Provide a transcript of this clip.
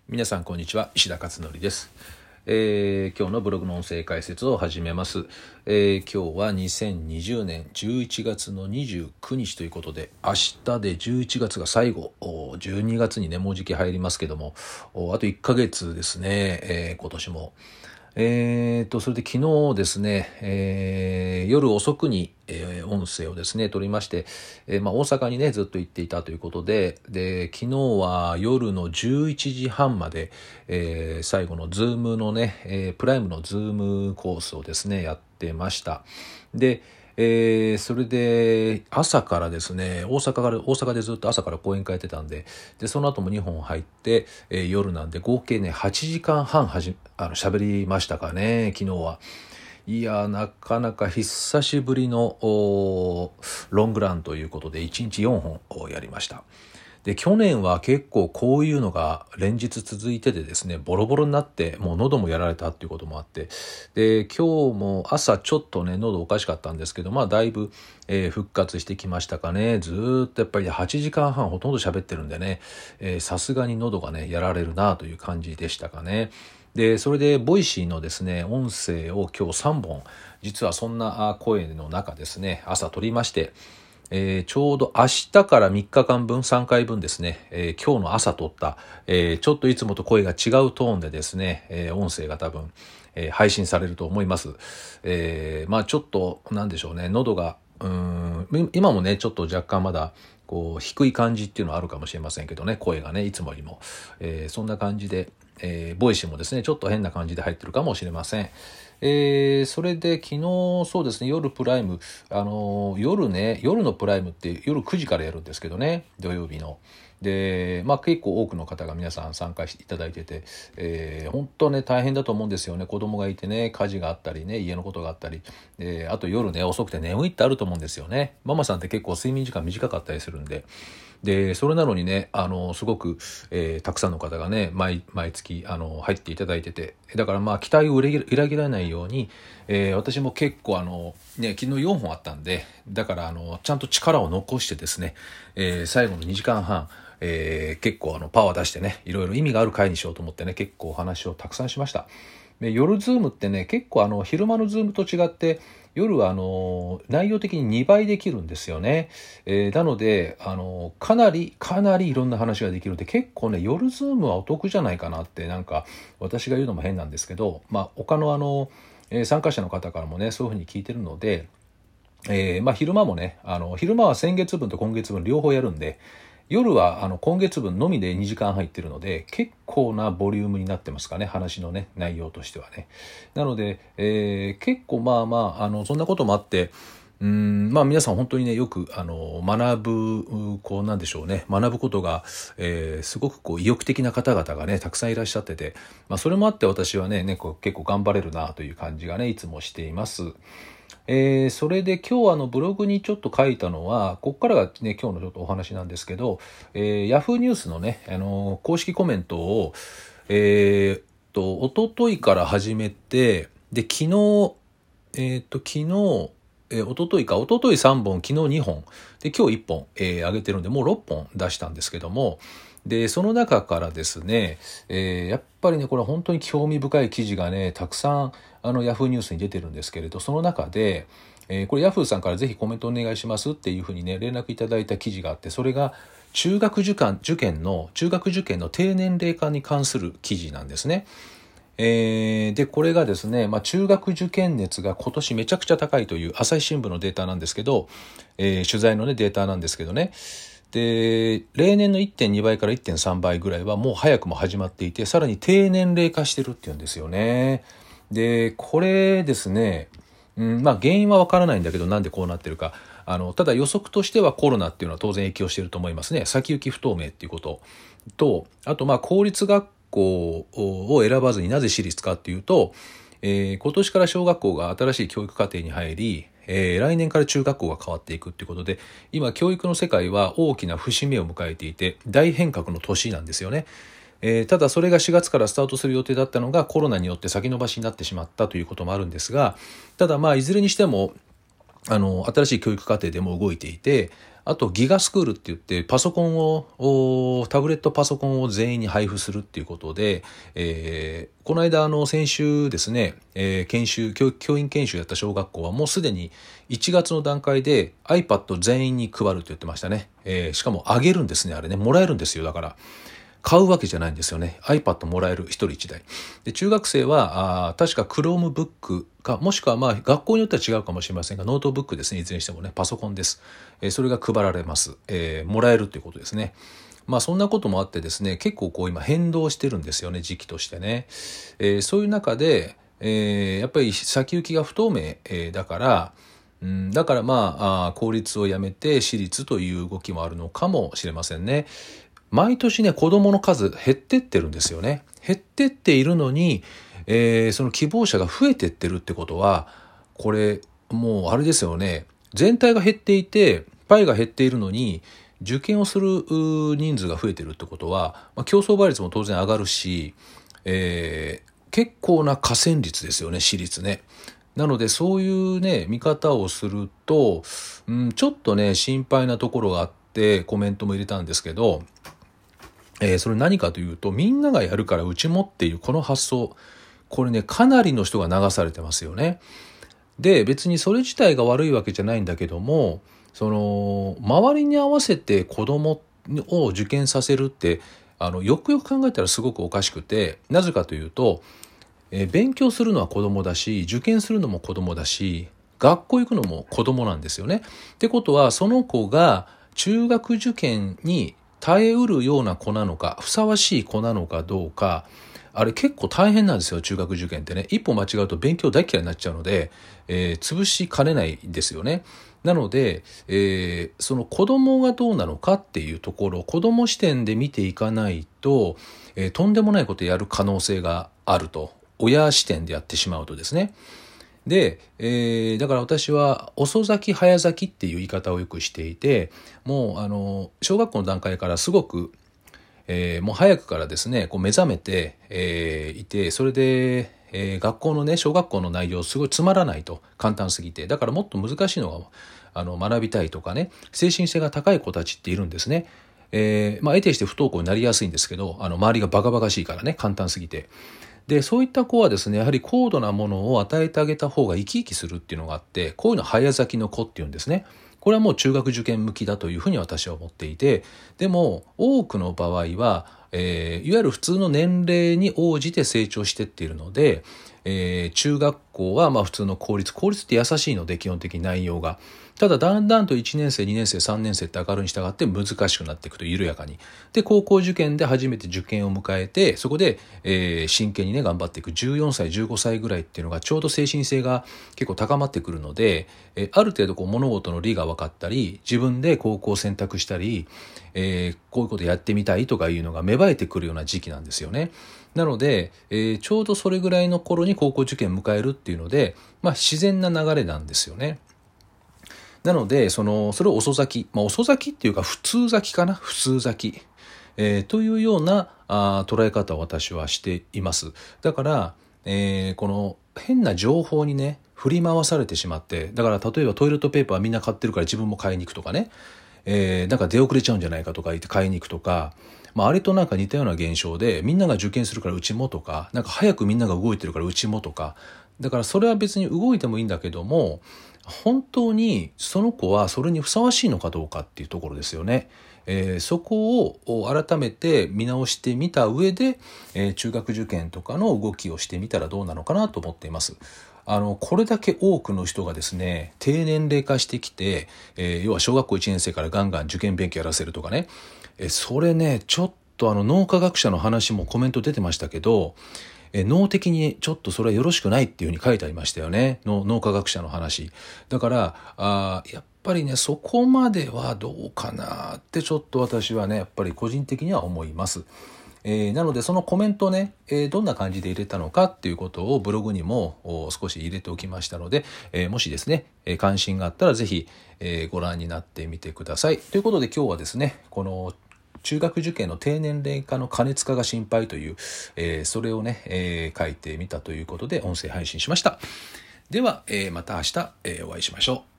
皆さんこんにちは、石田勝則です。今日のブログの音声解説を始めます。今日は2020年11月の29日ということで、明日で11月が最後、12月にねもうじき入りますけども、あと1ヶ月ですね、今年も。それで昨日ですね、夜遅くに、音声をですね撮りまして、大阪にねずっと行っていたということで、昨日は夜の11時半まで、最後のズームのね、プライムのズームコースをですねやってました。でそれで朝からですね大阪でずっと朝から講演会やってたんで、その後も2本入って、夜なんで合計ね8時間半喋りましたかね、昨日は。いやなかなか久しぶりのロングランということで1日4本をやりました。で去年は結構こういうのが連日続いててですね、ボロボロになってもう喉もやられたっていうこともあって、で今日も朝ちょっとね喉おかしかったんですけど、だいぶ、復活してきましたかね。ずーっとやっぱり8時間半ほとんど喋ってるんでね、さすがに喉がねやられるなという感じでしたかね。でそれでボイシーのですね音声を今日3本、実はそんな声の中ですね朝撮りまして、ちょうど明日から3日間分3回分ですね、今日の朝撮った、ちょっといつもと声が違うトーンでですね、音声が多分、配信されると思います。ちょっとなんでしょうね、喉が今もねちょっと若干まだこう低い感じっていうのはあるかもしれませんけどね、声がねいつもよりも、そんな感じで、ボイシーもですねちょっと変な感じで入ってるかもしれません。それで昨日そうですね夜プライム、夜のプライムって夜9時からやるんですけどね、土曜日の。で結構多くの方が皆さん参加していただいてて、本当ね大変だと思うんですよね。子供がいてね、家事があったりね、家のことがあったり、あと夜ね遅くて眠いってあると思うんですよね。ママさんって結構睡眠時間短かったりするんで、それなのにねすごく、たくさんの方がね毎月入っていただいてて、だから期待を裏切らないように、私も結構昨日4本あったんで、だからちゃんと力を残してですね、最後の2時間半、結構パワー出してね、いろいろ意味がある回にしようと思ってね、結構お話をたくさんしました。で夜ズームってね結構昼間のズームと違って夜は内容的に2倍できるんですよね。なのでかなりいろんな話ができるので、結構ね夜ズームはお得じゃないかなって、なんか私が言うのも変なんですけど、他の参加者の方からもねそういうふうに聞いてるので、昼間もね昼間は先月分と今月分両方やるんで、夜は今月分のみで2時間入ってるので結構なボリュームになってますかね、話のね内容としてはね。なので、結構そんなこともあって皆さん本当にねよく学ぶこうなんでしょうね、学ぶことが、すごくこう意欲的な方々がねたくさんいらっしゃってて、それもあって私はね結構頑張れるなという感じがねいつもしています。それで今日ブログにちょっと書いたのは、ここからがね今日のちょっとお話なんですけど、ヤフーニュースのね公式コメントを一昨日から始めて、で昨日一昨日3本、昨日2本で今日1本、上げてるんでもう6本出したんですけども、でその中からですね、やっぱりねこれ本当に興味深い記事がねたくさんヤフーニュースに出てるんですけれど、その中で、これヤフーさんからぜひコメントお願いしますっていうふうにね連絡いただいた記事があって、それが中学受験の低年齢化に関する記事なんですね。でこれがですね、中学受験熱が今年めちゃくちゃ高いという朝日新聞のデータなんですけど、取材のねデータなんですけどね、で例年の 1.2 倍から 1.3 倍ぐらいはもう早くも始まっていて、さらに低年齢化してるっていうんですよね。でこれですね、原因はわからないんだけどなんでこうなってるか、ただ予測としてはコロナっていうのは当然影響していると思いますね。先行き不透明っていうことと、あと公立学校を選ばずになぜ私立かっていうと、今年から小学校が新しい教育課程に入り、来年から中学校が変わっていくっていうことで、今教育の世界は大きな節目を迎えていて大変革の年なんですよね。ただそれが4月からスタートする予定だったのがコロナによって先延ばしになってしまったということもあるんですが、ただいずれにしても新しい教育課程でも動いていて、 あとギガスクールって言ってタブレットパソコンを全員に配布するっていうことで、この間先週ですね、教員研修やった小学校はもうすでに1月の段階で iPad 全員に配るって言ってましたね。しかもあげるんですね、あれね、もらえるんですよ。だから買うわけじゃないんですよね。iPad もらえる、一人一台。で、中学生は、確か Chromebook か、もしくは学校によっては違うかもしれませんが、ノートブックですね。いずれにしてもね、パソコンです。それが配られます。もらえるということですね。そんなこともあってですね、結構今変動してるんですよね、時期としてね。そういう中で、やっぱり先行きが不透明、だから、だから公立をやめて私立という動きもあるのかもしれませんね。毎年ね、子供の数減ってってるんですよね。減ってっているのに、その希望者が増えてってるってことは、これもうあれですよね。全体が減っていて、パイが減っているのに、受験をする人数が増えてるってことは、競争倍率も当然上がるし、結構な寡占率ですよね、私立ね。なのでそういうね、見方をすると、ちょっとね、心配なところがあってコメントも入れたんですけど、それ何かというと、みんながやるからうちもっていうこの発想、これね、かなりの人が流されてますよね。で、別にそれ自体が悪いわけじゃないんだけども、周りに合わせて子供を受験させるって、よくよく考えたらすごくおかしくて、なぜかというと、勉強するのは子供だし、受験するのも子供だし、学校行くのも子供なんですよね。ってことは、その子が中学受験に耐えうるような子なのか、ふさわしい子なのかどうか、あれ結構大変なんですよ、中学受験ってね。一歩間違うと勉強大嫌いになっちゃうので、潰しかねないんですよね。なので、その子供がどうなのかっていうところ、子供視点で見ていかないと、とんでもないことをやる可能性があると。親視点でやってしまうとですね。で、だから私は遅咲き早咲きっていう言い方をよくしていて、もう小学校の段階からすごく、もう早くからですね、こう目覚めて、いて、それで、学校のね、小学校の内容すごいつまらないと、簡単すぎて。だからもっと難しいのが学びたいとかね、精神性が高い子たちっているんですね。得てして不登校になりやすいんですけど、周りがバカバカしいからね、簡単すぎて。で、そういった子はですね、やはり高度なものを与えてあげた方が生き生きするっていうのがあって、こういうの早咲きの子っていうんですね。これはもう中学受験向きだというふうに私は思っていて、でも多くの場合は、いわゆる普通の年齢に応じて成長していっているので、中学校は普通の公立って優しいので基本的に内容が。ただだんだんと1年生、2年生、3年生って上がるに従って難しくなっていくと、緩やかに。で、高校受験で初めて受験を迎えて、そこで、真剣にね、頑張っていく14歳、15歳ぐらいっていうのがちょうど精神性が結構高まってくるので、ある程度物事の理が分かったり、自分で高校を選択したり、こういうことやってみたいとかいうのが芽生えてくるような時期なんですよね。なので、ちょうどそれぐらいの頃に高校受験を迎えるっていうので、自然な流れなんですよね。なので、それを遅咲き、遅咲きっていうか普通咲きかな、普通咲き、というような捉え方を私はしています。だから、この変な情報にね、振り回されてしまって、だから例えばトイレットペーパーみんな買ってるから自分も買いに行くとかね、なんか出遅れちゃうんじゃないかとか言って買いに行くとか、あれとなんか似たような現象で、みんなが受験するからうちもとか、なんか早くみんなが動いてるからうちもとか、だからそれは別に動いてもいいんだけども、本当にその子はそれにふさわしいのかどうかっていうところですよね。そこを改めて見直してみた上で、中学受験とかの動きをしてみたらどうなのかなと思っています。これだけ多くの人がですね、低年齢化してきて、要は小学校1年生からガンガン受験勉強やらせるとかね、それね、ちょっと脳科学者の話もコメント出てましたけど、脳的にちょっとそれはよろしくないっていうふうに書いてありましたよね。脳科学者の話。だから、やっぱりね、そこまではどうかなってちょっと私はね、やっぱり個人的には思います。なのでそのコメントをね、どんな感じで入れたのかっていうことをブログにも少し入れておきましたので、もしですね、関心があったらぜひ、ご覧になってみてください。ということで今日はですね、この中学受験の低年齢化の過熱化が心配という、それをね、書いてみたということで音声配信しました。では、また明日、お会いしましょう。